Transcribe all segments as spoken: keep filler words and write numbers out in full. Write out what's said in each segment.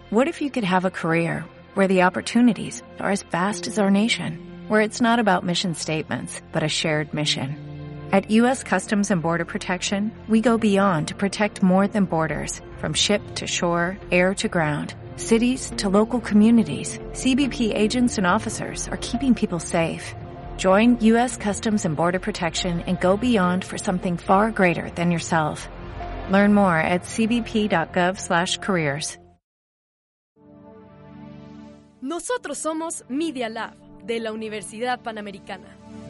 What if you could have a career where the opportunities are as vast as our nation, where it's not about mission statements, but a shared mission? At U S Customs and Border Protection, we go beyond to protect more than borders, from ship to shore, air to ground, cities to local communities. C B P agents and officers are keeping people safe. Join U S Customs and Border Protection and go beyond for something far greater than yourself. Learn more at c b p dot gov slash careers. Nosotros somos Media Lab, de la Universidad Panamericana.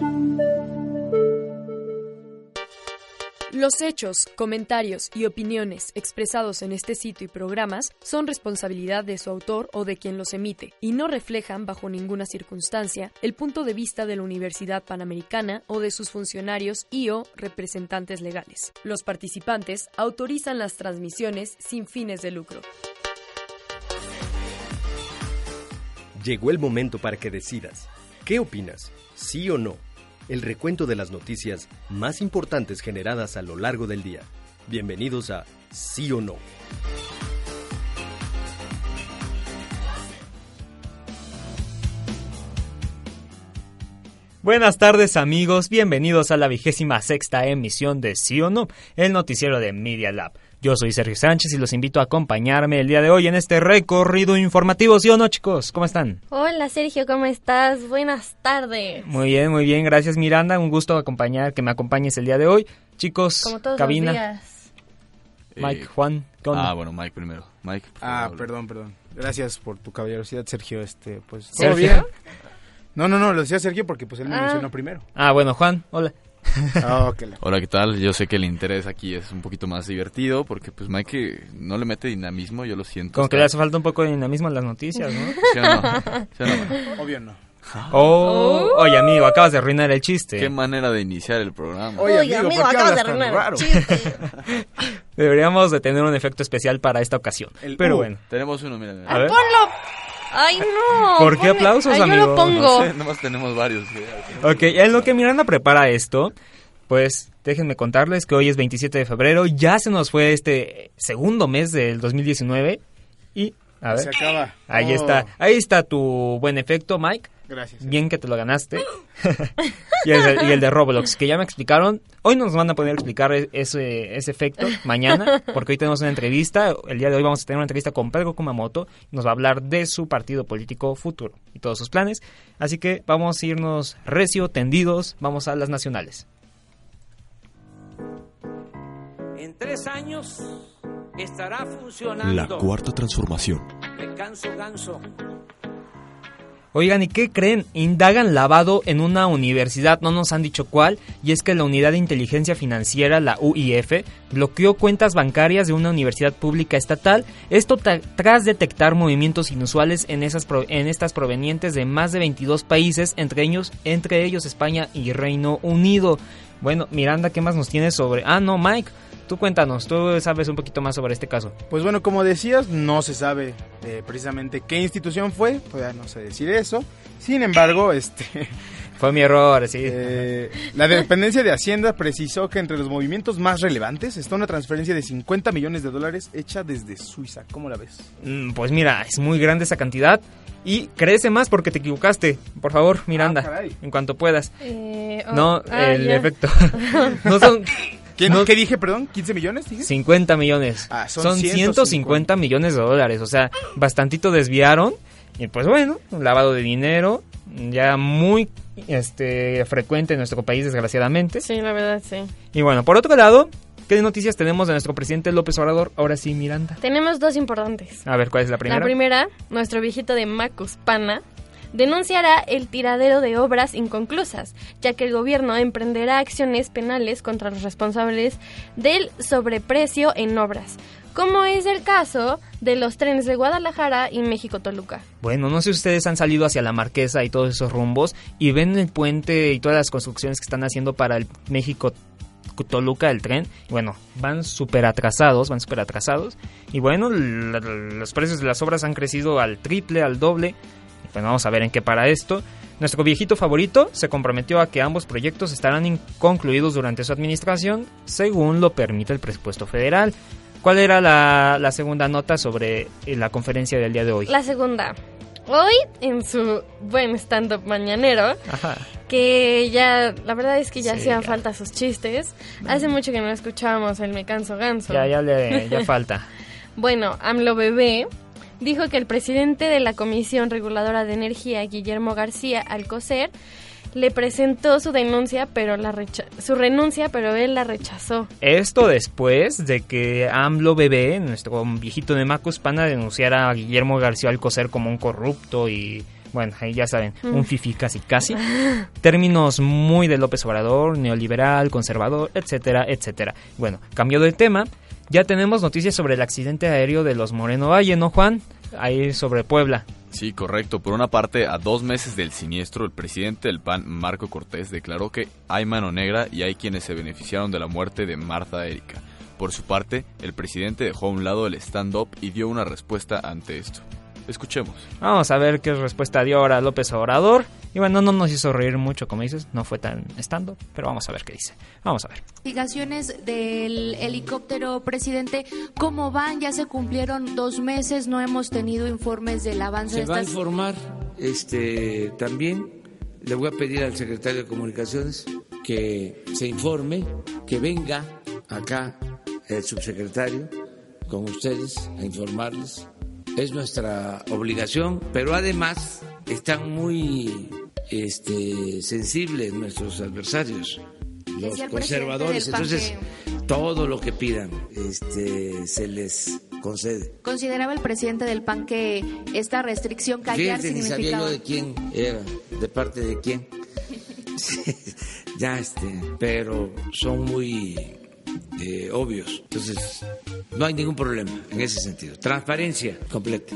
Los hechos, comentarios y opiniones expresados en este sitio y programas son responsabilidad de su autor o de quien los emite y no reflejan bajo ninguna circunstancia el punto de vista de la Universidad Panamericana o de sus funcionarios y o representantes legales. Los participantes autorizan las transmisiones sin fines de lucro. Llegó el momento para que decidas. ¿Qué opinas? ¿Sí o no? El recuento de las noticias más importantes generadas a lo largo del día. Bienvenidos a Sí o No. Buenas tardes amigos, bienvenidos a la vigésima sexta emisión de Sí o No, el noticiero de Media Lab. Yo soy Sergio Sánchez y los invito a acompañarme el día de hoy en este recorrido informativo. ¿Sí o no, chicos? ¿Cómo están? Hola, Sergio, ¿cómo estás? Buenas tardes. Muy bien, muy bien. Gracias, Miranda. Un gusto acompañar, que me acompañes el día de hoy. Chicos, como todos cabina. Los días. Mike, eh, Juan, ¿qué onda? Ah, bueno, Mike primero. Mike, por Ah, favor. perdón, perdón. Gracias por tu caballerosidad, Sergio. Este, pues, ¿todo ¿Sergio? bien? No, no, no, lo decía Sergio porque pues él me Ah. mencionó primero. Ah, bueno, Juan, hola. Oh, que la... Hola, ¿qué tal? Yo sé que el interés aquí es un poquito más divertido porque pues Mike no le mete dinamismo, yo lo siento. Como está... que le hace falta un poco de dinamismo en las noticias, ¿no? ¿Sí o no? ¿Sí o no, Mike? Obvio no. Oh, oye, amigo, acabas de arruinar el chiste. Qué manera de iniciar el programa. Oye, Oye, amigo, amigo, ¿por qué acabas de hablas tan arruinar raro? el chiste. Deberíamos de tener un efecto especial para esta ocasión. El Pero U. bueno. Tenemos uno, mira. mira. A ver. ¡Ponlo! ¡Ay, no! ¿Por qué ponle- aplausos, Ay, yo amigo? lo pongo. No sé, nomás tenemos varios. Ok, en lo que Miranda prepara esto, pues déjenme contarles que hoy es veintisiete de febrero, ya se nos fue este segundo mes del dos mil diecinueve y, a ver, Se acaba. ahí Oh, está, ahí está tu buen efecto, Mike, Gracias. bien que te lo ganaste, y, el, y el de Roblox, que ya me explicaron, hoy nos van a poder explicar ese, ese efecto mañana, porque hoy tenemos una entrevista, el día de hoy vamos a tener una entrevista con Pedro Kumamoto, nos va a hablar de su partido político futuro y todos sus planes, así que vamos a irnos recio, tendidos, vamos a las nacionales. En tres años estará funcionando. La cuarta transformación. Me canso ganso. Oigan, ¿y qué creen? Indagan lavado en una universidad, no nos han dicho cuál, y es que la Unidad de Inteligencia Financiera, la U I F, bloqueó cuentas bancarias de una universidad pública estatal, esto ta- tras detectar movimientos inusuales en, esas pro- en estas provenientes de más de veintidós países, entre ellos, entre ellos España y Reino Unido. Bueno, Miranda, ¿qué más nos tienes sobre...? Ah, no, Mike, tú cuéntanos, tú sabes un poquito más sobre este caso. Pues bueno, como decías, no se sabe eh, precisamente qué institución fue, pues ya no sé decir eso. Sin embargo, este... Fue mi error, sí. Eh, la dependencia de Hacienda precisó que entre los movimientos más relevantes está una transferencia de cincuenta millones de dólares hecha desde Suiza. ¿Cómo la ves? Mm, Pues mira, es muy grande esa cantidad y crece más porque te equivocaste. Por favor, Miranda, Ah, caray. en cuanto puedas. Eh, oh, No, ah, el ya. efecto. No son ¿Quién, No. ¿Qué dije, perdón? ¿quince millones? Dije? cincuenta millones. Ah, son son ciento cincuenta millones de dólares. O sea, bastantito desviaron. Y pues bueno, un lavado de dinero ya muy este frecuente en nuestro país, desgraciadamente. Sí, la verdad, sí. Y bueno, por otro lado, ¿qué noticias tenemos de nuestro presidente López Obrador? Ahora sí, Miranda. Tenemos dos importantes. A ver, ¿cuál es la primera? La primera, nuestro viejito de Macuspana denunciará el tiradero de obras inconclusas, ya que el gobierno emprenderá acciones penales contra los responsables del sobreprecio en obras, como es el caso de los trenes de Guadalajara y México-Toluca. Bueno, no sé si ustedes han salido hacia la Marquesa y todos esos rumbos y ven el puente y todas las construcciones que están haciendo para el México Toluca, el tren. Bueno, van súper atrasados, van súper atrasados. Y bueno, la, los precios de las obras han crecido al triple, al doble. Pues vamos a ver en qué para esto. Nuestro viejito favorito se comprometió a que ambos proyectos estarán concluidos durante su administración, según lo permite el presupuesto federal. ¿cuál era la, la segunda nota sobre eh, la conferencia del día de hoy? La segunda. Hoy, en su buen stand-up mañanero, Ajá. que ya, la verdad es que ya Sí, hacían ya. falta sus chistes. Hace mucho que no escuchábamos el Me Canso Ganso. Ya, ya, le, ya falta. Bueno, AMLO Bebé dijo que el presidente de la Comisión Reguladora de Energía, Guillermo García Alcocer, le presentó su denuncia, pero la recha- su renuncia, pero él la rechazó. Esto después de que AMLO Bebé, nuestro viejito de Macuspana, denunciara a Guillermo García Alcocer como un corrupto y, bueno, ahí ya saben, Mm. un fifí casi casi. Términos muy de López Obrador, neoliberal, conservador, etcétera, etcétera. Bueno, cambió de tema. Ya tenemos noticias sobre el accidente aéreo de los Moreno Valle, ¿no, Juan? Ahí sobre Puebla. Sí, correcto. Por una parte, a dos meses del siniestro, el presidente del P A N, Marco Cortés, declaró que hay mano negra y hay quienes se beneficiaron de la muerte de Marta Erika. Por su parte, el presidente dejó a un lado el stand-up y dio una respuesta ante esto. Escuchemos. Vamos a ver qué respuesta dio ahora López Obrador. Y bueno, no nos hizo reír mucho, como dices, no fue tan stand-up, pero vamos a ver qué dice. Vamos a ver. Investigaciones del helicóptero, presidente, ¿cómo van? Ya se cumplieron dos meses, no hemos tenido informes del avance Se de va a estas... informar este, también. Le voy a pedir al secretario de Comunicaciones que se informe, que venga acá el subsecretario con ustedes a informarles. Es nuestra obligación, pero además están muy este, sensibles nuestros adversarios, los Decía el conservadores. presidente del Entonces, P A N todo lo que pidan este, se les concede. ¿Consideraba el presidente del P A N que esta restricción callar Fíjate, ni sabía significaba...? yo de quién era, de parte de quién. Sí, ya, este, pero son muy eh, obvios. Entonces, no hay ningún problema en ese sentido. Transparencia completa.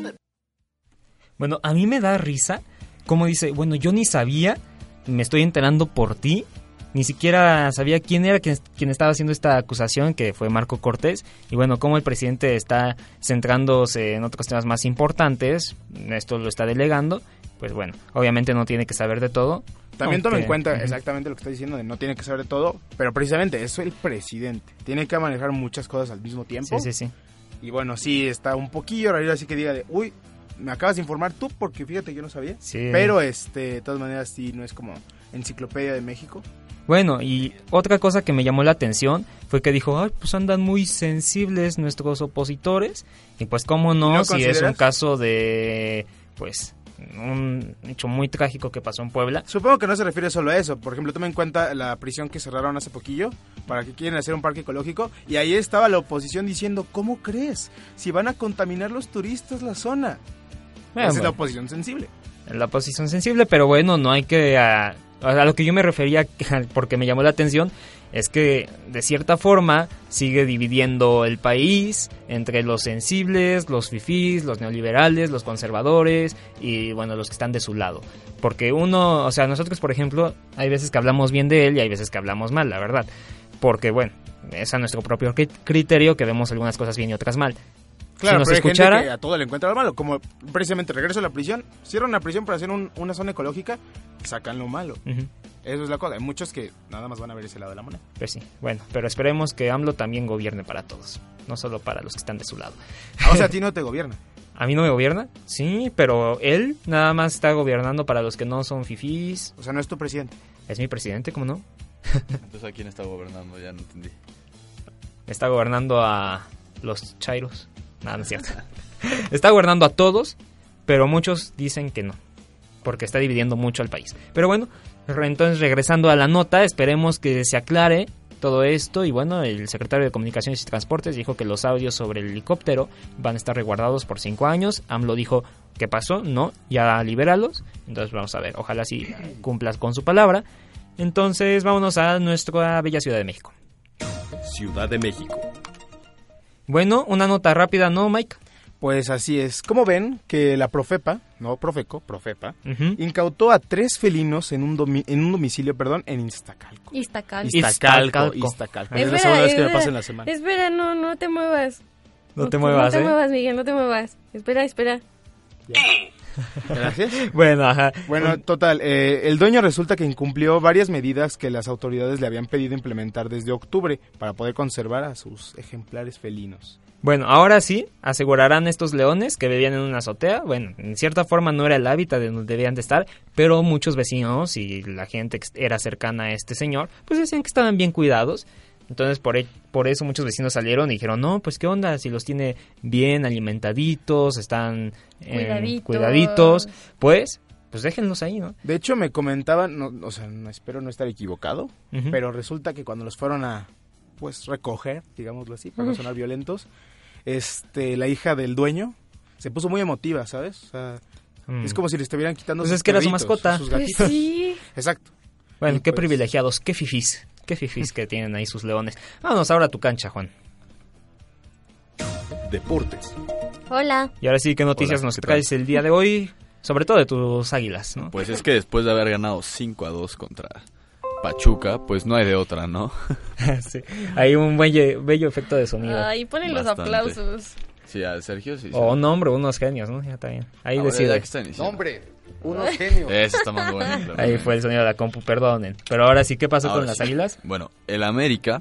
Bueno, a mí me da risa como dice, bueno, yo ni sabía, me estoy enterando por ti. Ni siquiera sabía quién era quien, quien estaba haciendo esta acusación, que fue Marco Cortés. Y bueno, como el presidente está centrándose en otros temas más importantes, esto lo está delegando, pues bueno, obviamente no tiene que saber de todo. También aunque, toma en cuenta uh-huh. exactamente lo que está diciendo, de no tiene que saber de todo, pero precisamente eso es el presidente. Tiene que manejar muchas cosas al mismo tiempo. Sí, sí, sí. Y bueno, sí, está un poquillo raro, así que diga de, uy, me acabas de informar tú porque fíjate que yo no sabía. Sí. Pero este, de todas maneras sí, no es como Enciclopedia de México. Bueno, y otra cosa que me llamó la atención fue que dijo, ay, pues andan muy sensibles nuestros opositores. Y pues cómo no, ¿No si consideras? es un caso de, pues, un hecho muy trágico que pasó en Puebla. Supongo que no se refiere solo a eso. Por ejemplo, toma en cuenta la prisión que cerraron hace poquillo para que quieren hacer un parque ecológico. Y ahí estaba la oposición diciendo, ¿cómo crees? Si van a contaminar los turistas la zona. Bueno, Esa es la bueno. oposición sensible. La posición sensible, pero bueno, no hay que... A, a lo que yo me refería, porque me llamó la atención, es que de cierta forma sigue dividiendo el país entre los sensibles, los fifís, los neoliberales, los conservadores y bueno, los que están de su lado. Porque uno, o sea, nosotros por ejemplo, hay veces que hablamos bien de él y hay veces que hablamos mal, la verdad. Porque bueno, es a nuestro propio cri- criterio que vemos algunas cosas bien y otras mal. Claro, si nos pero hay escuchara, gente que a todo le encuentra lo malo. Como precisamente regreso a la prisión, cierran la prisión para hacer un- una zona ecológica, sacan lo malo. Ujú. Eso es la cosa. Hay muchos que nada más van a ver ese lado de la moneda. Pues sí, bueno, pero esperemos que AMLO también gobierne para todos, no solo para los que están de su lado. Ah, o sea, a ti no te gobierna. ¿A mí no me gobierna? Sí, pero él nada más está gobernando para los que no son fifís. O sea, no es tu presidente. Es mi presidente, ¿cómo no? Entonces, ¿a quién está gobernando? Ya no entendí. Está gobernando a los chairos. Nada, no es cierto. Está gobernando a todos, pero muchos dicen que no, porque está dividiendo mucho al país. Pero bueno, re- entonces regresando a la nota, esperemos que se aclare todo esto. Y bueno, el secretario de Comunicaciones y Transportes dijo que los audios sobre el helicóptero van a estar resguardados por cinco años. AMLO dijo, ¿qué pasó? No, ya libéralos. Entonces vamos a ver, ojalá sí cumplas con su palabra. Entonces vámonos a nuestra bella Ciudad de México. Ciudad de México. Bueno, una nota rápida, ¿no, Mike? Pues así es. Como ven que la Profepa, no Profeco, Profepa, Uh-huh. incautó a tres felinos en un, domi- en un domicilio, perdón, en Iztacalco. Iztacal. Iztacalco, Iztacalco. Iztacalco. Es la segunda vez que me pasa en la semana. Espera, no, no te muevas. No te muevas, No te ¿eh? muevas, Miguel, no te muevas. Espera, espera. Gracias. Bueno, ajá. Bueno, total, eh, el dueño resulta que incumplió varias medidas que las autoridades le habían pedido implementar desde octubre para poder conservar a sus ejemplares felinos. Bueno, ahora sí, asegurarán estos leones que vivían en una azotea. Bueno, en cierta forma no era el hábitat de donde debían de estar, pero muchos vecinos y la gente que era cercana a este señor, pues decían que estaban bien cuidados. Entonces por, e- por eso muchos vecinos salieron y dijeron, no, pues qué onda, si los tiene bien alimentaditos, están eh, Cuidaditos. cuidaditos, pues... pues déjenlos ahí, ¿no? De hecho, me comentaban, no, o sea, no, espero no estar equivocado, Uh-huh. pero resulta que cuando los fueron a, pues, recoger, digámoslo así, para no sonar violentos, este, la hija del dueño se puso muy emotiva, ¿sabes? O sea, Mm. es como si le estuvieran quitando Pues sus es que era su perritos, mascota. sus Pues gatitos. sí. Exacto. Bueno, Y qué pues- privilegiados, qué fifís, qué fifís que tienen ahí sus leones. Vámonos ahora a tu cancha, Juan. Deportes. Hola. Y ahora sí, ¿qué noticias Hola, nos ¿qué tal? traes el día de hoy? Sobre todo de tus águilas, ¿no? Pues es que después de haber ganado cinco a dos contra Pachuca, pues no hay de otra, ¿no? Sí. Hay un bello, bello efecto de sonido. Ay, ponen los Bastante. aplausos. Sí, a Sergio sí. sí. O no, hombre, unos genios, ¿no? Ya está bien. Ahí Ah, bueno, decide. ya que está iniciando. Hombre, unos genios. Eso está más bueno. claro. Ahí fue el sonido de la compu, perdonen. Pero ahora sí, ¿qué pasó Ahora con las sí. águilas? Bueno, el América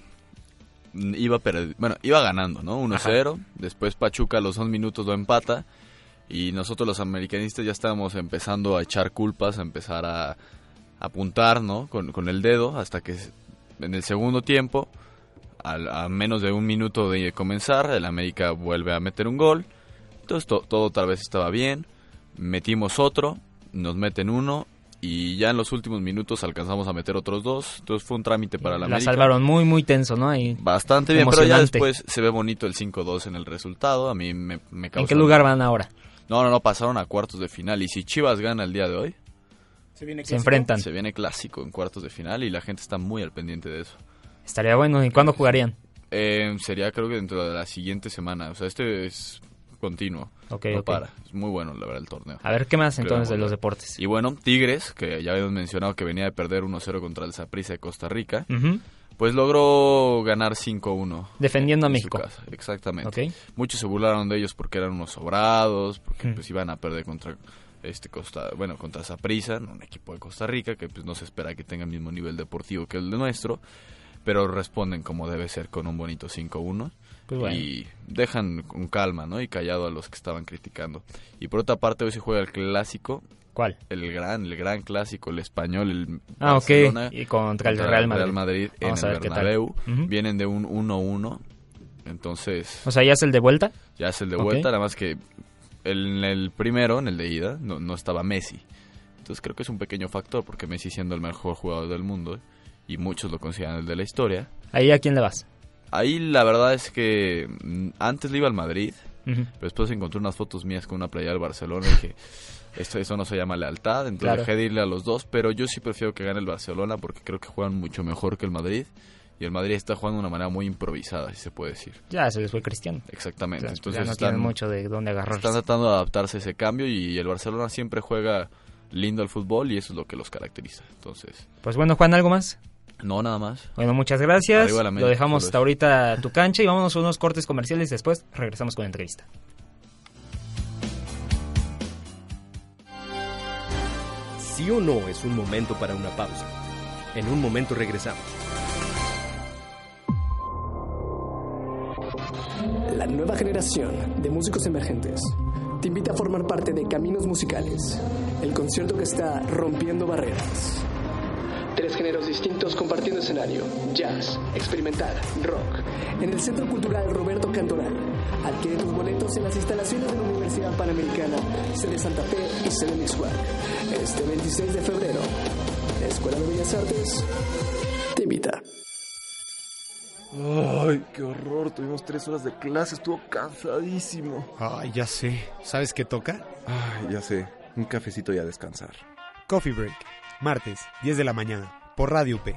mm, iba perdi- bueno, iba ganando, ¿no? uno cero. Después Pachuca a los dos minutos lo empata. Y nosotros los americanistas ya estábamos empezando a echar culpas, a empezar a, a apuntar, ¿no? Con, con el dedo, hasta que en el segundo tiempo, al- a menos de un minuto de comenzar, el América vuelve a meter un gol. Entonces to- todo otra vez estaba bien. Metimos otro, nos meten uno. Y ya en los últimos minutos alcanzamos a meter otros dos. Entonces fue un trámite para la La América. salvaron muy, muy tenso, ¿no? Ahí. Bastante bien, pero ya Emocionante. después se ve bonito el cinco dos en el resultado. A mí me, me causa... ¿En qué lugar van ahora? No, no, no, pasaron a cuartos de final. Y si Chivas gana el día de hoy, Se, viene Se clásico. enfrentan. se viene clásico en cuartos de final y la gente está muy al pendiente de eso. Estaría bueno. ¿Y cuándo jugarían? Eh, sería creo que dentro de la siguiente semana. O sea, este es continuo. Ok, no ok. para. Es muy bueno, la verdad, el torneo. A ver, ¿qué más Creo entonces de que los vamos a ver. deportes? Y bueno, Tigres, que ya habíamos mencionado que venía de perder uno cero contra el Saprissa de Costa Rica, Ujú. pues logró ganar cinco uno. Defendiendo a en su México. casa. Exactamente. Ok. Muchos se burlaron de ellos porque eran unos sobrados, porque Mm. pues iban a perder contra este Costa, bueno, contra Saprissa, un equipo de Costa Rica que pues no se espera que tenga el mismo nivel deportivo que el de nuestro, pero responden como debe ser con un bonito cinco uno. Pues bueno. Y dejan con calma, ¿no? Y callado a los que estaban criticando. Y por otra parte hoy se juega el clásico, ¿Cuál? el gran, el gran clásico, el español, el Ah, ok. Barcelona Y contra el contra Real Madrid. en Vamos a el ver qué tal. Bernabéu. Ujú. Vienen de un uno uno. Entonces, O sea, ¿ya es el de vuelta? ya es el de Ok. vuelta, nada más que el- en el primero, en el de ida, no, no estaba Messi. Entonces creo que es un pequeño factor, porque Messi siendo el mejor jugador del mundo, y muchos lo consideran el de la historia. ¿Ahí a quién le vas? Ahí la verdad es que mm, antes le iba al Madrid, Ujú. pero después encontré unas fotos mías con una playa del Barcelona y dije, esto, eso no se llama lealtad, entonces Claro. dejé de irle a los dos, pero yo sí prefiero que gane el Barcelona porque creo que juegan mucho mejor que el Madrid. Y el Madrid está jugando de una manera muy improvisada, si se puede decir. Ya se les fue Cristiano. Exactamente. Entonces, pues, Entonces ya no están, tienen mucho de dónde agarrarse. están tratando de adaptarse a ese cambio y el Barcelona siempre juega lindo al fútbol y eso es lo que los caracteriza. Entonces, Pues bueno, Juan, ¿algo más? no nada más. Bueno, muchas gracias. Arriba la América, Lo dejamos solo hasta eso. ahorita a tu cancha y vámonos a unos cortes comerciales. Después regresamos con la entrevista. ¿Sí o no es un momento para una pausa? En un momento regresamos. La nueva generación de músicos emergentes te invita a formar parte de Caminos Musicales, el concierto que está rompiendo barreras. Tres géneros distintos compartiendo escenario: jazz, experimental, rock. En el Centro Cultural Roberto Cantoral. Adquiere tus boletos en las instalaciones de la Universidad Panamericana, sede Santa Fe y sede Mixwag. Este veintiséis de febrero, la Escuela de Bellas Artes te invita. Ay, qué horror, tuvimos tres horas de clase, estuvo cansadísimo. Ay, ya sé. ¿Sabes qué toca? Ay, ya sé, un cafecito y a descansar. Coffee Break, martes, diez de la mañana, por Radio U P.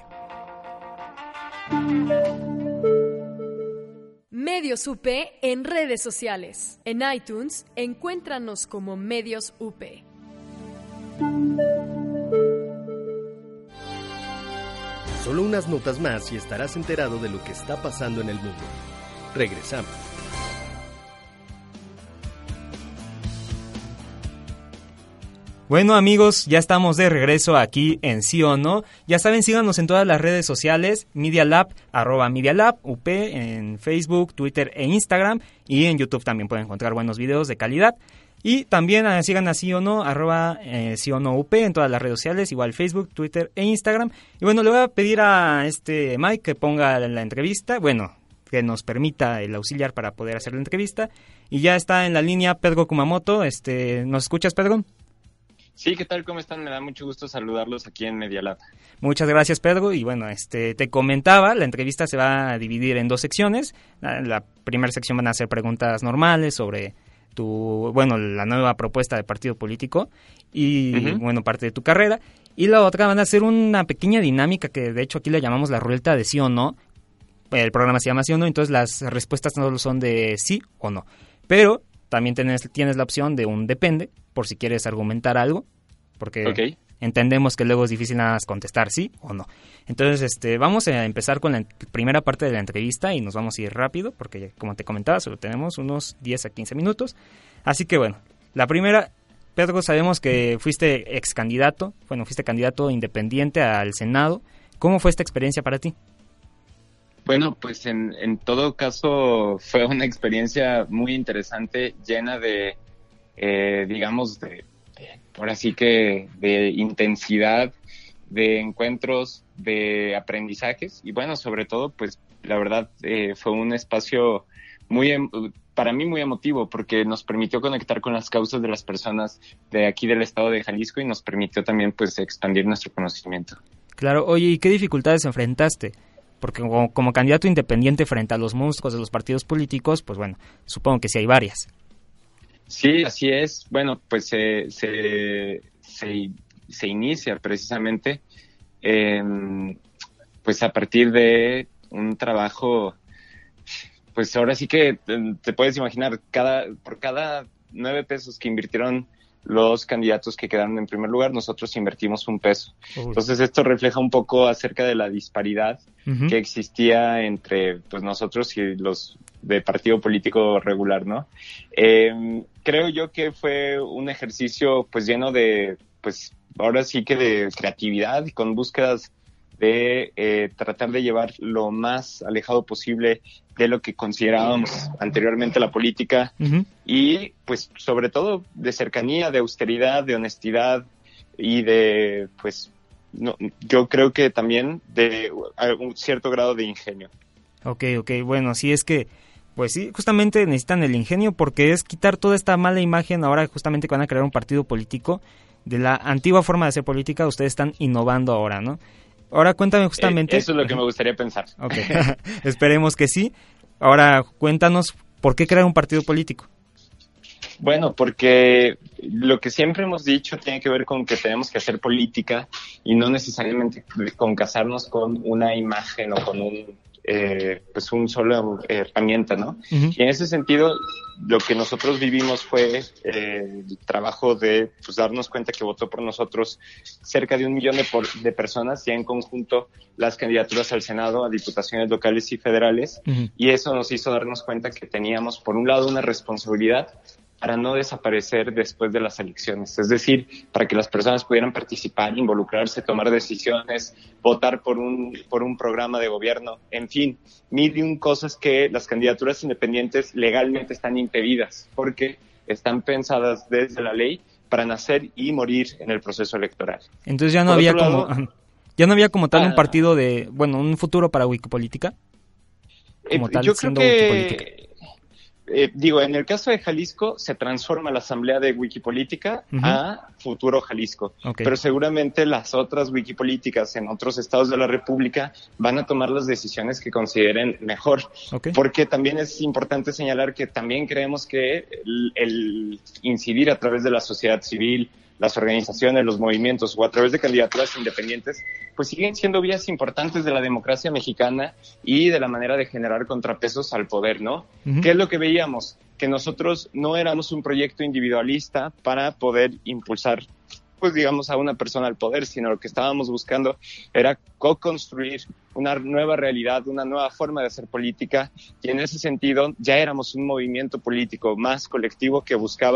Medios U P en redes sociales. En iTunes, encuéntranos como Medios U P. Solo unas notas más y estarás enterado de lo que está pasando en el mundo. Regresamos. Bueno, amigos, ya estamos de regreso aquí en Sí o No. Ya saben, síganos en todas las redes sociales, Media Lab, arroba Media Lab, U P, en Facebook, Twitter e Instagram. Y en YouTube también pueden encontrar buenos videos de calidad. Y también eh, sigan a Sí o No, arroba eh, Sí o No U P en todas las redes sociales, igual Facebook, Twitter e Instagram. Y bueno, le voy a pedir a este Mike que ponga la entrevista, bueno, que nos permita el auxiliar para poder hacer la entrevista. Y ya está en la línea Pedro Kumamoto. Este, ¿nos escuchas, Pedro? Sí, ¿qué tal? ¿Cómo están? Me da mucho gusto saludarlos aquí en Media Lab. Muchas gracias, Pedro. Y bueno, este te comentaba, la entrevista se va a dividir en dos secciones. La, la primera sección van a ser preguntas normales sobre tu, bueno, la nueva propuesta de partido político y, uh-huh. bueno, parte de tu carrera. Y la otra van a ser una pequeña dinámica que, de hecho, aquí le llamamos la ruleta de sí o no. El programa se llama sí o no, entonces las respuestas no son de sí o no. Pero también tienes, tienes la opción de un depende, por si quieres argumentar algo, porque okay. entendemos que luego es difícil nada más contestar sí o no. Entonces, este, vamos a empezar con la primera parte de la entrevista y nos vamos a ir rápido, porque como te comentaba, solo tenemos unos diez a quince minutos. Así que bueno, la primera, Pedro, sabemos que fuiste ex candidato, bueno, fuiste candidato independiente al Senado. ¿Cómo fue esta experiencia para ti? Bueno, pues en, en todo caso fue una experiencia muy interesante, llena de, eh, digamos, de, de, por así que, de intensidad, de encuentros, de aprendizajes y bueno, sobre todo, pues la verdad eh, fue un espacio muy, para mí muy emotivo porque nos permitió conectar con las causas de las personas de aquí del estado de Jalisco y nos permitió también, pues, expandir nuestro conocimiento. Claro, oye, ¿y qué dificultades enfrentaste? Porque como, como candidato independiente frente a los monstruos de los partidos políticos, pues bueno, supongo que sí hay varias. Sí, así es. Bueno, pues eh, se, se, se inicia precisamente eh, pues a partir de un trabajo, pues ahora sí que te puedes imaginar, cada por cada nueve pesos que invirtieron los candidatos que quedaron en primer lugar, nosotros invertimos un peso. Uy. Entonces esto refleja un poco acerca de la disparidad uh-huh. que existía entre pues nosotros y los de partido político regular, ¿no? Eh, creo yo que fue un ejercicio pues lleno de, pues ahora sí que de creatividad y con búsquedas de eh, tratar de llevar lo más alejado posible de lo que considerábamos anteriormente la política uh-huh. y pues sobre todo de cercanía, de austeridad, de honestidad y de pues no, yo creo que también de un cierto grado de ingenio. Ok, ok, bueno, sí es que pues sí, justamente necesitan el ingenio porque es quitar toda esta mala imagen ahora justamente que van a crear un partido político de la antigua forma de hacer política, ustedes están innovando ahora, ¿no? Ahora cuéntame justamente... Eh, eso es lo que me gustaría pensar. Ok, esperemos que sí. Ahora cuéntanos, ¿por qué crear un partido político? Bueno, porque lo que siempre hemos dicho tiene que ver con que tenemos que hacer política y no necesariamente con casarnos con una imagen o con un... Eh, pues un solo herramienta, ¿no? Uh-huh. Y en ese sentido, lo que nosotros vivimos fue eh, el trabajo de pues darnos cuenta que votó por nosotros cerca de un millón de, por, de personas, ya en conjunto las candidaturas al Senado, a diputaciones locales y federales, uh-huh. y eso nos hizo darnos cuenta que teníamos, por un lado, una responsabilidad para no desaparecer después de las elecciones, es decir, para que las personas pudieran participar, involucrarse, tomar decisiones, votar por un por un programa de gobierno, en fin, mil y un cosas que las candidaturas independientes legalmente están impedidas, porque están pensadas desde la ley para nacer y morir en el proceso electoral. Entonces ya no por había como lado, ya no había como tal ah, un partido de, bueno, un futuro para Wikipolítica, como eh, tal yo siendo creo que Wikipolítica. Eh, digo, en el caso de Jalisco se transforma la asamblea de Wikipolítica uh-huh. a Futuro Jalisco, okay. pero seguramente las otras Wikipolíticas en otros estados de la República van a tomar las decisiones que consideren mejor, okay. porque también es importante señalar que también creemos que el, el incidir a través de la sociedad civil, las organizaciones, los movimientos o a través de candidaturas independientes, pues siguen siendo vías importantes de la democracia mexicana y de la manera de generar contrapesos al poder, ¿no? Uh-huh. ¿Qué es lo que veíamos? Que nosotros no éramos un proyecto individualista para poder impulsar, pues digamos, a una persona al poder, sino lo que estábamos buscando era co-construir una nueva realidad, una nueva forma de hacer política, y en ese sentido ya éramos un movimiento político más colectivo que buscaba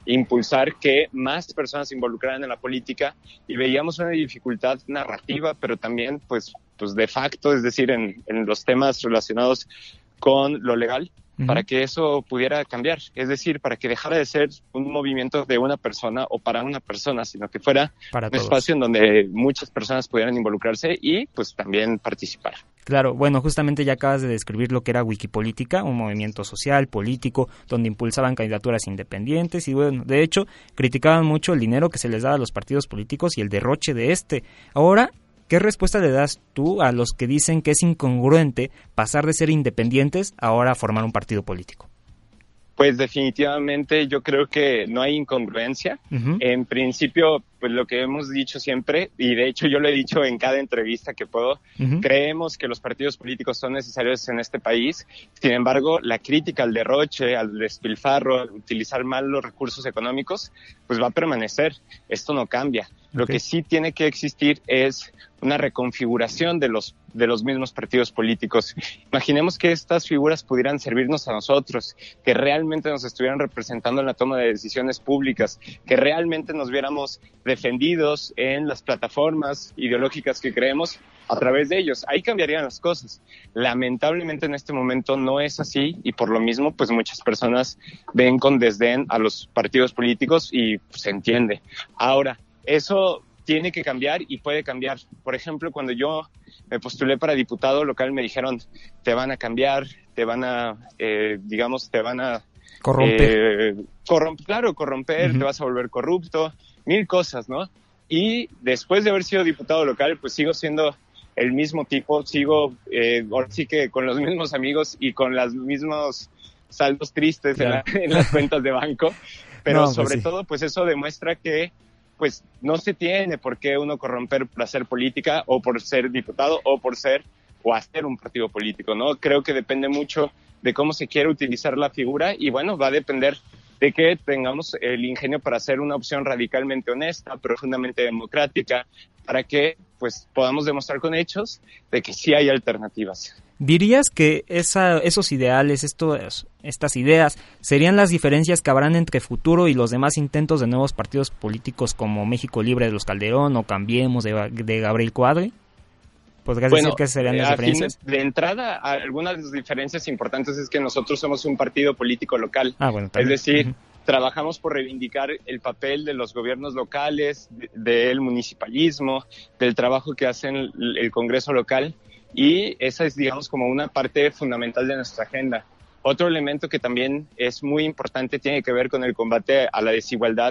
impulsar que más personas se involucraran en la política, y veíamos una dificultad narrativa, pero también pues, pues de facto, es decir, en, en los temas relacionados con lo legal, uh-huh. para que eso pudiera cambiar, es decir, para que dejara de ser un movimiento de una persona o para una persona, sino que fuera para un todos. Espacio en donde muchas personas pudieran involucrarse y pues también participar. Claro, bueno, justamente ya acabas de describir lo que era Wikipolítica, un movimiento social, político, donde impulsaban candidaturas independientes y bueno, de hecho, criticaban mucho el dinero que se les daba a los partidos políticos y el derroche de este. Ahora, ¿qué respuesta le das tú a los que dicen que es incongruente pasar de ser independientes ahora a formar un partido político? Pues definitivamente yo creo que no hay incongruencia. Uh-huh. En principio, pues lo que hemos dicho siempre, y de hecho yo lo he dicho en cada entrevista que puedo, uh-huh. creemos que los partidos políticos son necesarios en este país. Sin embargo, la crítica al derroche, al despilfarro, al utilizar mal los recursos económicos, pues va a permanecer. Esto no cambia. Okay. Lo que sí tiene que existir es una reconfiguración de los de los mismos partidos políticos. Imaginemos que estas figuras pudieran servirnos a nosotros, que realmente nos estuvieran representando en la toma de decisiones públicas, que realmente nos viéramos defendidos en las plataformas ideológicas que creemos a través de ellos. Ahí cambiarían las cosas. Lamentablemente en este momento no es así y por lo mismo pues muchas personas ven con desdén a los partidos políticos y pues, se entiende. Ahora, eso tiene que cambiar y puede cambiar. Por ejemplo, cuando yo me postulé para diputado local me dijeron, te van a cambiar, te van a, eh, digamos, te van a... Corromper. Eh, corromp- claro, corromper, uh-huh. te vas a volver corrupto, mil cosas, ¿no? Y después de haber sido diputado local, pues sigo siendo el mismo tipo, sigo, eh, ahora sí que con los mismos amigos y con los mismos saldos tristes claro. en, la, en las cuentas de banco, pero no, pues sobre sí. todo, pues eso demuestra que pues no se tiene por qué uno corromper por hacer política o por ser diputado o por ser o hacer un partido político, ¿no? Creo que depende mucho de cómo se quiere utilizar la figura y bueno, va a depender de que tengamos el ingenio para hacer una opción radicalmente honesta, profundamente democrática, para que pues podamos demostrar con hechos de que sí hay alternativas. ¿Dirías que esa, esos ideales, estos, estas ideas, serían las diferencias que habrán entre Futuro y los demás intentos de nuevos partidos políticos como México Libre de los Calderón o Cambiemos de, de Gabriel Cuadri? ¿Podrías bueno, decir que serían las diferencias? De entrada, algunas de las diferencias importantes es que nosotros somos un partido político local. Ah, bueno, es decir, uh-huh. trabajamos por reivindicar el papel de los gobiernos locales, de, del municipalismo, del trabajo que hacen el, el Congreso local. Y esa es, digamos, como una parte fundamental de nuestra agenda. Otro elemento que también es muy importante tiene que ver con el combate a la desigualdad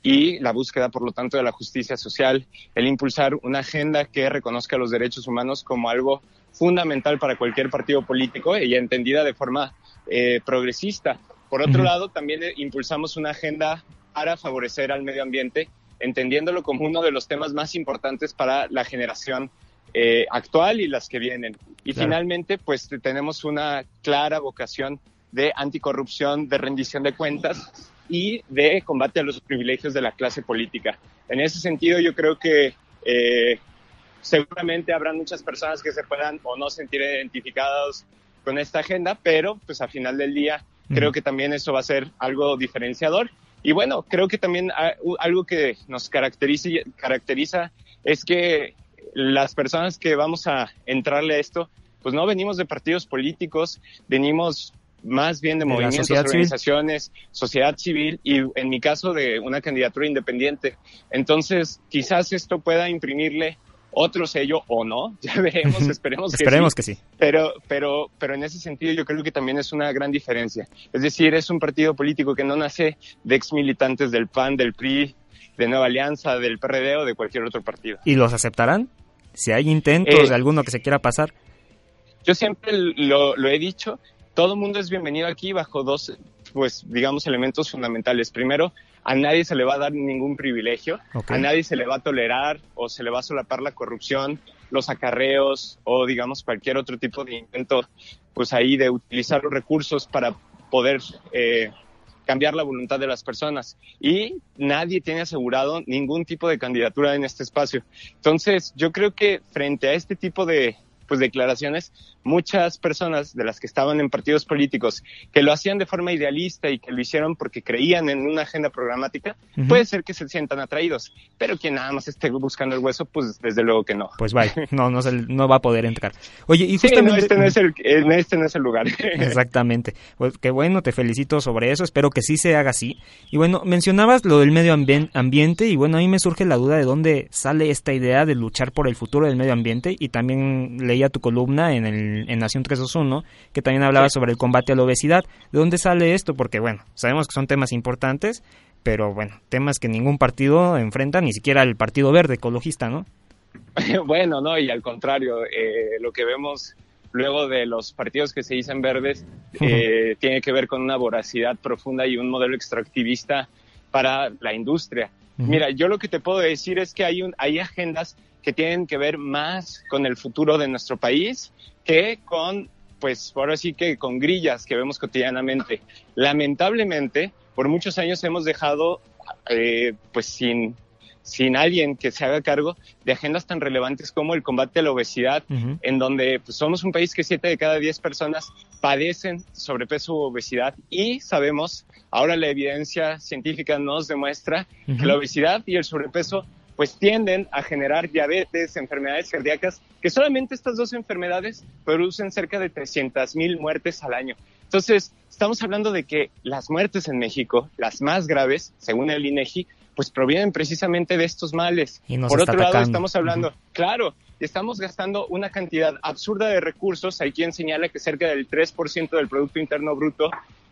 y la búsqueda, por lo tanto, de la justicia social, el impulsar una agenda que reconozca los derechos humanos como algo fundamental para cualquier partido político y entendida de forma eh, progresista. Por otro uh-huh. lado, también impulsamos una agenda para favorecer al medio ambiente, entendiéndolo como uno de los temas más importantes para la generación Eh, actual y las que vienen. Y claro. finalmente, pues tenemos una clara vocación de anticorrupción, de rendición de cuentas y de combate a los privilegios de la clase política. En ese sentido, yo creo que eh, seguramente habrán muchas personas que se puedan o no sentir identificados con esta agenda, pero pues al final del día mm. creo que también eso va a ser algo diferenciador. Y bueno, creo que también algo que nos caracteriza, caracteriza es que las personas que vamos a entrarle a esto, pues no venimos de partidos políticos, venimos más bien de, de movimientos, organizaciones, civil. sociedad civil y en mi caso de una candidatura independiente. Entonces, quizás esto pueda imprimirle otro sello o no, ya veremos, esperemos que Esperemos sí. que sí. Pero, pero, pero en ese sentido yo creo que también es una gran diferencia. Es decir, es un partido político que no nace de exmilitantes del P A N, del P R I, de Nueva Alianza, del P R D o de cualquier otro partido. ¿Y los aceptarán? Si hay intentos eh, de alguno que se quiera pasar. Yo siempre lo, lo he dicho, todo mundo es bienvenido aquí bajo dos, pues digamos, elementos fundamentales. Primero, a nadie se le va a dar ningún privilegio, okay. a nadie se le va a tolerar o se le va a solapar la corrupción, los acarreos o digamos cualquier otro tipo de intento, pues ahí de utilizar los recursos para poder eh, cambiar la voluntad de las personas. Y nadie tiene asegurado ningún tipo de candidatura en este espacio. Entonces, yo creo que frente a este tipo de, pues declaraciones, muchas personas de las que estaban en partidos políticos que lo hacían de forma idealista y que lo hicieron porque creían en una agenda programática, uh-huh. puede ser que se sientan atraídos, pero quien nada más esté buscando el hueso, pues desde luego que no. Pues vaya, no, no, se, no va a poder entrar. Oye, y sí, justamente... no, este no es el, este no es el lugar. Exactamente. Pues qué bueno, te felicito sobre eso, espero que sí se haga así. Y bueno, mencionabas lo del medio ambi- ambiente y bueno, a mí me surge la duda de dónde sale esta idea de luchar por el futuro del medio ambiente, y también leía tu columna en el en Nación trescientos veintiuno que también hablaba sí. sobre el combate a la obesidad. ¿De dónde sale esto? Porque bueno, sabemos que son temas importantes, pero bueno, temas que ningún partido enfrenta, ni siquiera el Partido Verde ecologista, ¿no? Bueno, no, y al contrario, eh, lo que vemos luego de los partidos que se dicen verdes eh, uh-huh. tiene que ver con una voracidad profunda y un modelo extractivista para la industria. Uh-huh. Mira, yo lo que te puedo decir es que hay, un, hay agendas que tienen que ver más con el futuro de nuestro país que con, pues, ahora sí que con grillas que vemos cotidianamente. Lamentablemente, por muchos años hemos dejado, eh, pues, sin... sin alguien que se haga cargo de agendas tan relevantes como el combate a la obesidad, uh-huh. en donde pues, somos un país que siete de cada diez personas padecen sobrepeso u obesidad, y sabemos, ahora la evidencia científica nos demuestra uh-huh. que la obesidad y el sobrepeso pues tienden a generar diabetes, enfermedades cardíacas, que solamente estas dos enfermedades producen cerca de trescientas mil muertes al año. Entonces, estamos hablando de que las muertes en México, las más graves, según el INEGI, pues provienen precisamente de estos males. Y nos Por está otro lado, atacando. estamos hablando, uh-huh. claro, estamos gastando una cantidad absurda de recursos. Hay quien señala que cerca del tres por ciento del Producto Interno Bruto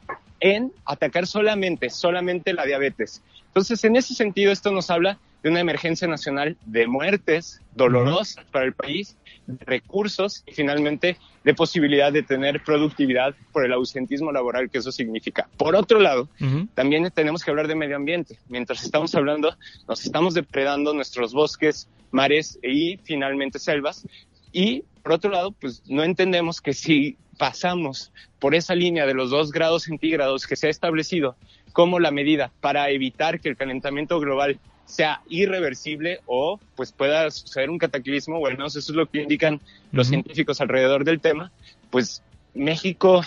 en atacar solamente, solamente la diabetes. Entonces, en ese sentido, esto nos habla de una emergencia nacional de muertes dolorosas uh-huh. para el país, de recursos y finalmente de posibilidad de tener productividad por el ausentismo laboral que eso significa. Por otro lado, uh-huh. también tenemos que hablar de medio ambiente. Mientras estamos hablando, nos estamos depredando nuestros bosques, mares y finalmente selvas. Y por otro lado, pues no entendemos que si pasamos por esa línea de los dos grados centígrados que se ha establecido como la medida para evitar que el calentamiento global sea irreversible o pues pueda suceder un cataclismo, o al menos eso es lo que indican los uh-huh. científicos alrededor del tema, pues México,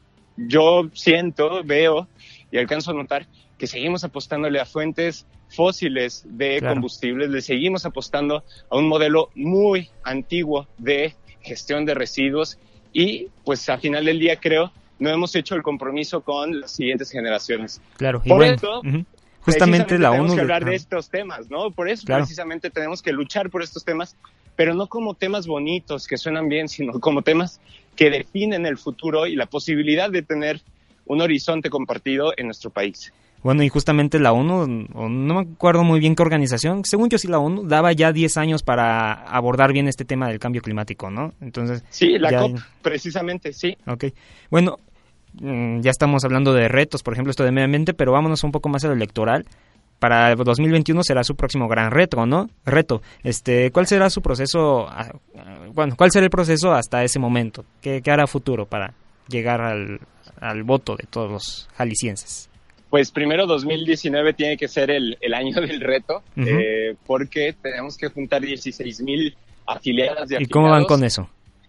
yo siento, veo y alcanzo a notar que seguimos apostándole a fuentes fósiles de claro. combustibles, le seguimos apostando a un modelo muy antiguo de gestión de residuos y pues al final del día creo no hemos hecho el compromiso con las siguientes generaciones. Claro, y Por bueno, eso, uh-huh. justamente la tenemos ONU... que hablar de estos temas, ¿no? Por eso claro. precisamente tenemos que luchar por estos temas, pero no como temas bonitos que suenan bien, sino como temas que definen el futuro y la posibilidad de tener un horizonte compartido en nuestro país. Bueno, y justamente la ONU, no me acuerdo muy bien qué organización, según yo sí la ONU, daba ya diez años para abordar bien este tema del cambio climático, ¿no? Entonces sí, la ya... COP, precisamente, sí. Ok, bueno, ya estamos hablando de retos, por ejemplo, esto de medio ambiente, pero vámonos un poco más a lo electoral. Para dos mil veintiuno será su próximo gran reto, ¿no? Reto. Este, ¿cuál será su proceso? Bueno, ¿cuál será el proceso hasta ese momento? ¿Qué, qué hará futuro para llegar al, al voto de todos los jaliscienses? Pues primero dos mil diecinueve tiene que ser el, el año del reto, uh-huh. eh, porque tenemos que juntar dieciséis mil afiliadas y afiliados. ¿Y cómo van con eso?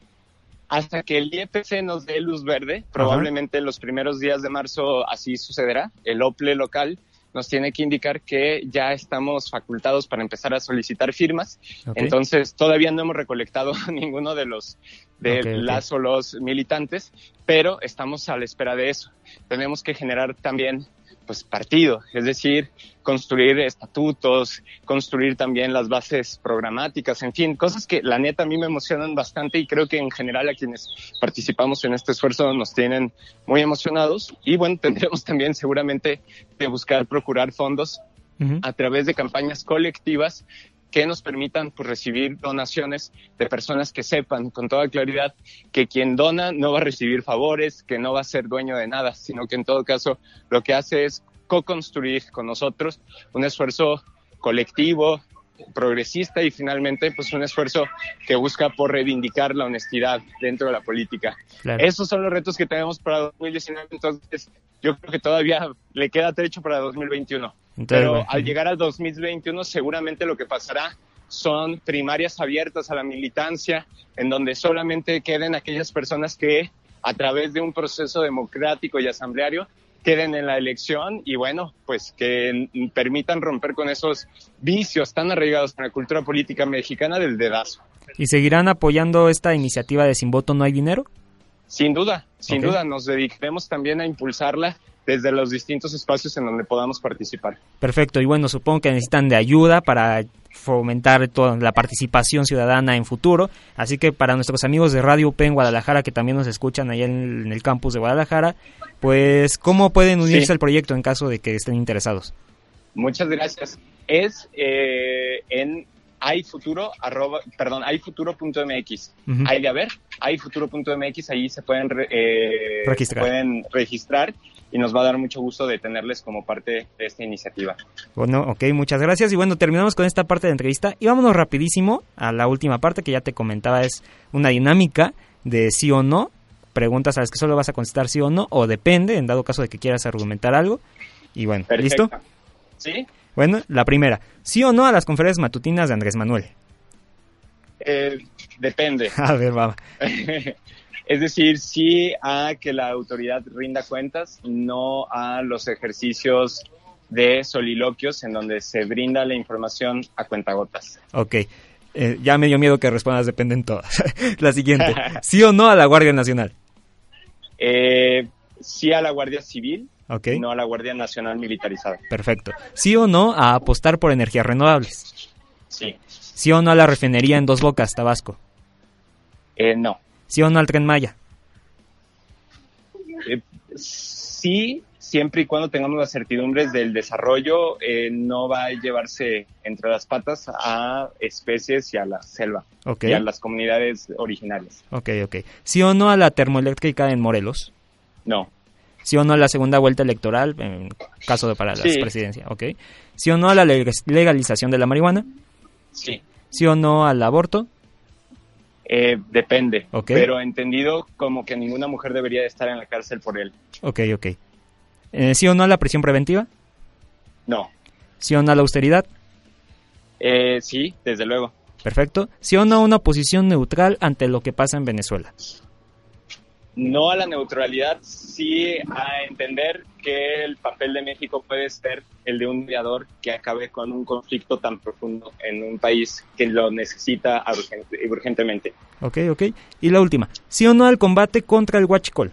Hasta que el I E P C nos dé luz verde, probablemente en los primeros días de marzo así sucederá. El O P L E local nos tiene que indicar que ya estamos facultados para empezar a solicitar firmas. Okay. Entonces, todavía no hemos recolectado ninguno de los de okay, las okay. o los militantes, pero estamos a la espera de eso. Tenemos que generar también pues partido, es decir, construir estatutos, construir también las bases programáticas, en fin, cosas que la neta a mí me emocionan bastante y creo que en general a quienes participamos en este esfuerzo nos tienen muy emocionados y bueno, tendremos también seguramente de buscar procurar fondos uh-huh. a través de campañas colectivas que nos permitan pues, recibir donaciones de personas que sepan con toda claridad que quien dona no va a recibir favores, que no va a ser dueño de nada, sino que en todo caso lo que hace es co-construir con nosotros un esfuerzo colectivo, progresista y finalmente pues un esfuerzo que busca por reivindicar la honestidad dentro de la política. Claro. Esos son los retos que tenemos para dos mil diecinueve, entonces yo creo que todavía le queda trecho para dos mil veintiuno. Entonces, pero bueno. al llegar al dos mil veintiuno seguramente lo que pasará son primarias abiertas a la militancia, en donde solamente queden aquellas personas que a través de un proceso democrático y asambleario queden en la elección y bueno, pues que permitan romper con esos vicios tan arraigados en la cultura política mexicana del dedazo. ¿Y seguirán apoyando esta iniciativa de Sin Voto No Hay Dinero? Sin duda, sin Okay. duda, nos dedicaremos también a impulsarla desde los distintos espacios en donde podamos participar. Perfecto, y bueno, supongo que necesitan de ayuda para fomentar toda la participación ciudadana en futuro, así que para nuestros amigos de Radio U P en Guadalajara, que también nos escuchan allá en el campus de Guadalajara, pues, ¿cómo pueden unirse Sí. al proyecto en caso de que estén interesados? Muchas gracias. Es eh, en hayfuturo, arroba, perdón, hayfuturo punto m x. Ujú. Hay de haber, hayfuturo punto m x, ahí se pueden, re- eh, Registrar. se pueden registrar y nos va a dar mucho gusto de tenerles como parte de esta iniciativa. Bueno, ok, muchas gracias. Y bueno, terminamos con esta parte de entrevista y vámonos rapidísimo a la última parte que ya te comentaba, es una dinámica de sí o no, preguntas a las que solo vas a contestar sí o no, o depende, en dado caso de que quieras argumentar algo. Y bueno, Perfecto. ¿listo? ¿Sí? Bueno, la primera, sí o no a las conferencias matutinas de Andrés Manuel. Eh, depende. A ver, va. Es decir, sí a que la autoridad rinda cuentas, no a los ejercicios de soliloquios en donde se brinda la información a cuentagotas. Ok, eh, ya me dio miedo que respondas dependen todas. La siguiente, sí o no a la Guardia Nacional. Eh, sí a la Guardia Civil, Ok, no a la Guardia Nacional militarizada. perfecto. Sí o no a apostar por energías renovables. Sí. Sí o no a la refinería en Dos Bocas, Tabasco. Eh, no. Sí o no al Tren Maya. Eh, sí, siempre y cuando tengamos las certidumbres del desarrollo, eh, no va a llevarse entre las patas a especies y a la selva Ok. y a las comunidades originarias. Ok, ok. ¿Sí o no a la termoeléctrica en Morelos? No. ¿Sí o no a la segunda vuelta electoral, en caso de para las Sí. presidencias? Ok. ¿Sí o no a la leg- legalización de la marihuana? Sí. ¿Sí o no al aborto? Eh, depende, Ok. pero entendido como que ninguna mujer debería de estar en la cárcel por él. Ok, ok. Eh, ¿Sí o no a la prisión preventiva? No. ¿Sí o no a la austeridad? Eh, sí, desde luego. Perfecto. ¿Sí o no a una posición neutral ante lo que pasa en Venezuela? No a la neutralidad, sí a entender que el papel de México puede ser el de un mediador que acabe con un conflicto tan profundo en un país que lo necesita urgente- urgentemente. Ok, ok. Y la última. ¿Sí o no al combate contra el huachicol?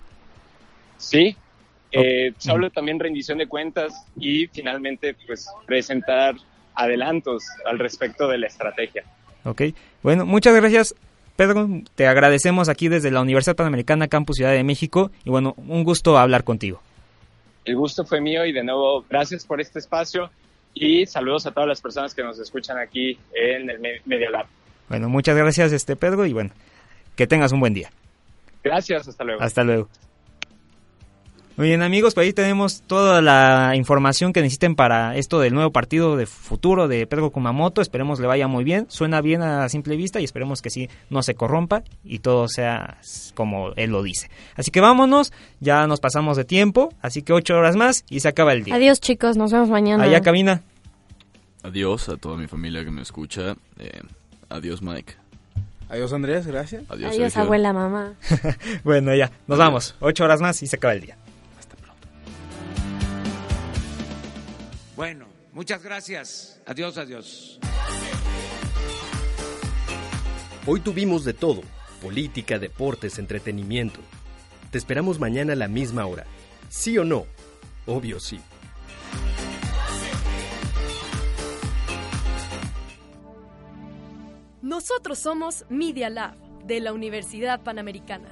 Sí, eh, solo también rendición de cuentas y finalmente pues presentar adelantos al respecto de la estrategia. Ok. Bueno, muchas gracias, Pedro. Te agradecemos aquí desde la Universidad Panamericana Campus Ciudad de México. Y bueno, un gusto hablar contigo. El gusto fue mío y de nuevo gracias por este espacio y saludos a todas las personas que nos escuchan aquí en el Me- Media Lab. Bueno, muchas gracias, este Pedro. Y bueno, que tengas un buen día. Gracias, hasta luego. Hasta luego. Muy bien, amigos, pues ahí tenemos toda la información que necesiten para esto del nuevo partido de futuro de Pedro Kumamoto. Esperemos le vaya muy bien, suena bien a simple vista y esperemos que sí no se corrompa y todo sea como él lo dice. Así que vámonos, ya nos pasamos de tiempo, así que ocho horas más y se acaba el día. Adiós, chicos, nos vemos mañana. Allá cabina. Adiós a toda mi familia que me escucha. Eh, adiós, Mike. Adiós, Andrés, gracias. Adiós, Adiós, Sergio. abuela, mamá. Bueno, ya, nos vamos. Ocho horas más y se acaba el día. Bueno, muchas gracias. Adiós, adiós. Hoy tuvimos de todo: política, deportes, entretenimiento. Te esperamos mañana a la misma hora. ¿Sí o no? Obvio sí. Nosotros somos Media Lab de la Universidad Panamericana.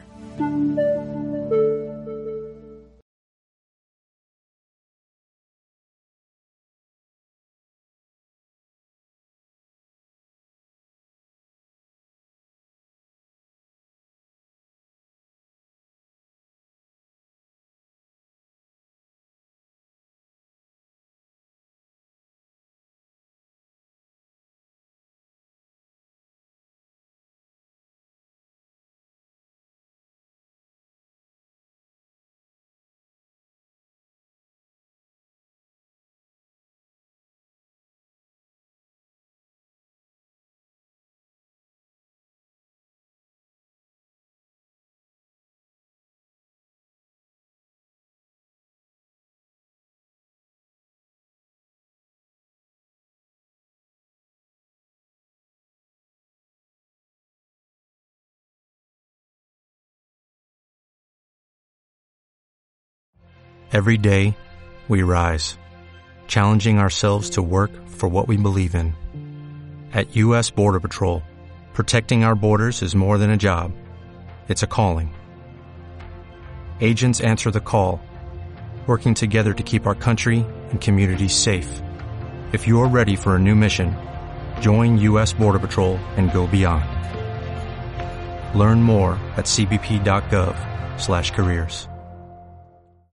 Every day, we rise, challenging ourselves to work for what we believe in. At U S Border Patrol, protecting our borders is more than a job. It's a calling. Agents answer the call, working together to keep our country and communities safe. If you are ready for a new mission, join U S Border Patrol and go beyond. Learn more at c b p dot gov slash careers.